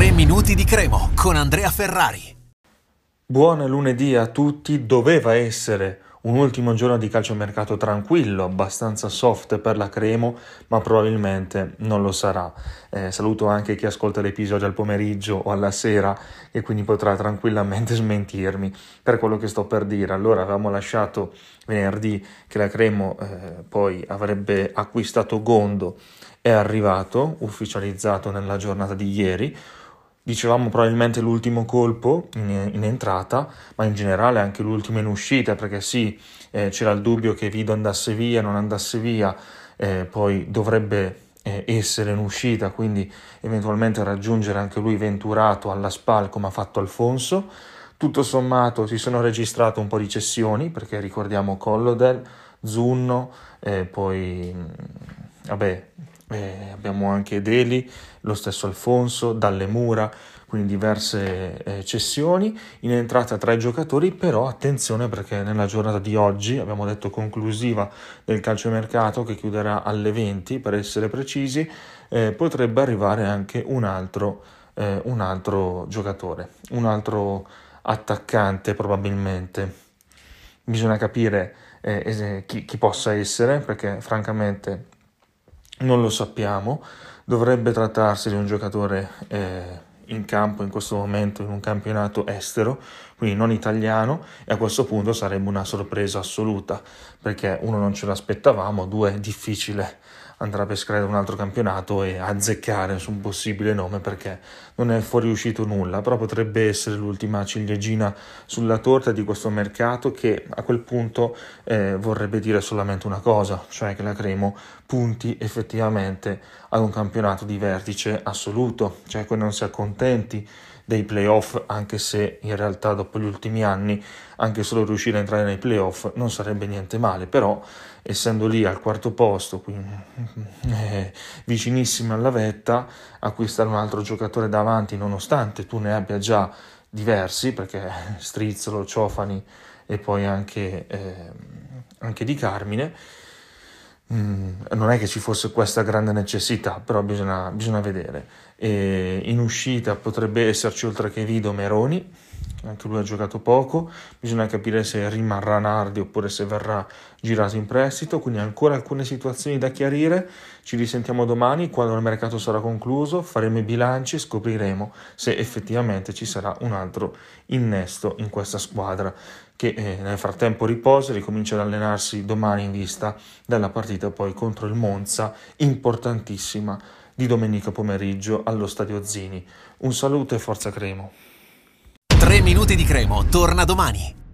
3 minuti di Cremo con Andrea Ferrari. Buon lunedì a tutti. Doveva essere un ultimo giorno di calciomercato tranquillo, abbastanza soft per la Cremo, ma probabilmente non lo sarà. Saluto anche chi ascolta l'episodio al pomeriggio o alla sera e quindi potrà tranquillamente smentirmi per quello che sto per dire. Allora, avevamo lasciato venerdì che la Cremo poi avrebbe acquistato Gondo, è arrivato, ufficializzato nella giornata di ieri. Dicevamo probabilmente l'ultimo colpo in entrata, ma in generale anche l'ultimo in uscita, perché sì, c'era il dubbio che Vido andasse via, non andasse via, poi dovrebbe essere in uscita, quindi eventualmente raggiungere anche lui Venturato alla SPAL come ha fatto Alfonso. Tutto sommato si sono registrate un po' di cessioni, perché ricordiamo Collodel, Zunno, poi abbiamo anche Deli, lo stesso Alfonso, Dalle Mura, quindi diverse cessioni. In entrata 3 giocatori, però attenzione perché nella giornata di oggi, abbiamo detto conclusiva del calciomercato che chiuderà alle 20 per essere precisi, potrebbe arrivare anche un altro giocatore, un altro attaccante probabilmente. Bisogna capire chi possa essere, perché francamente non lo sappiamo. Dovrebbe trattarsi di un giocatore in campo in questo momento in un campionato estero, quindi non italiano, e a questo punto sarebbe una sorpresa assoluta, perché uno non ce l'aspettavamo, due è difficile andare a pescare un altro campionato e azzeccare su un possibile nome, perché non è fuoriuscito nulla, però potrebbe essere l'ultima ciliegina sulla torta di questo mercato, che a quel punto vorrebbe dire solamente una cosa, cioè che la Cremo punti effettivamente ad un campionato di vertice assoluto, cioè che non si accontenti dei playoff, anche se in realtà dopo gli ultimi anni anche solo riuscire a entrare nei playoff non sarebbe niente male, però essendo lì al quarto posto, quindi vicinissimo alla vetta, acquistare un altro giocatore davanti nonostante tu ne abbia già diversi, perché Strizzolo, Ciofani e poi anche Di Carmine, non è che ci fosse questa grande necessità, però bisogna vedere. E in uscita potrebbe esserci, oltre che Vido, Meroni, anche lui ha giocato poco, bisogna capire se rimarrà Nardi oppure se verrà girato in prestito, quindi ancora alcune situazioni da chiarire. Ci risentiamo domani quando il mercato sarà concluso, faremo i bilanci e scopriremo se effettivamente ci sarà un altro innesto in questa squadra, che nel frattempo riposa e ricomincia ad allenarsi domani in vista della partita poi contro il Monza, importantissima, di domenica pomeriggio allo Stadio Zini. Un saluto e forza Cremo. 3 minuti di Cremo torna domani.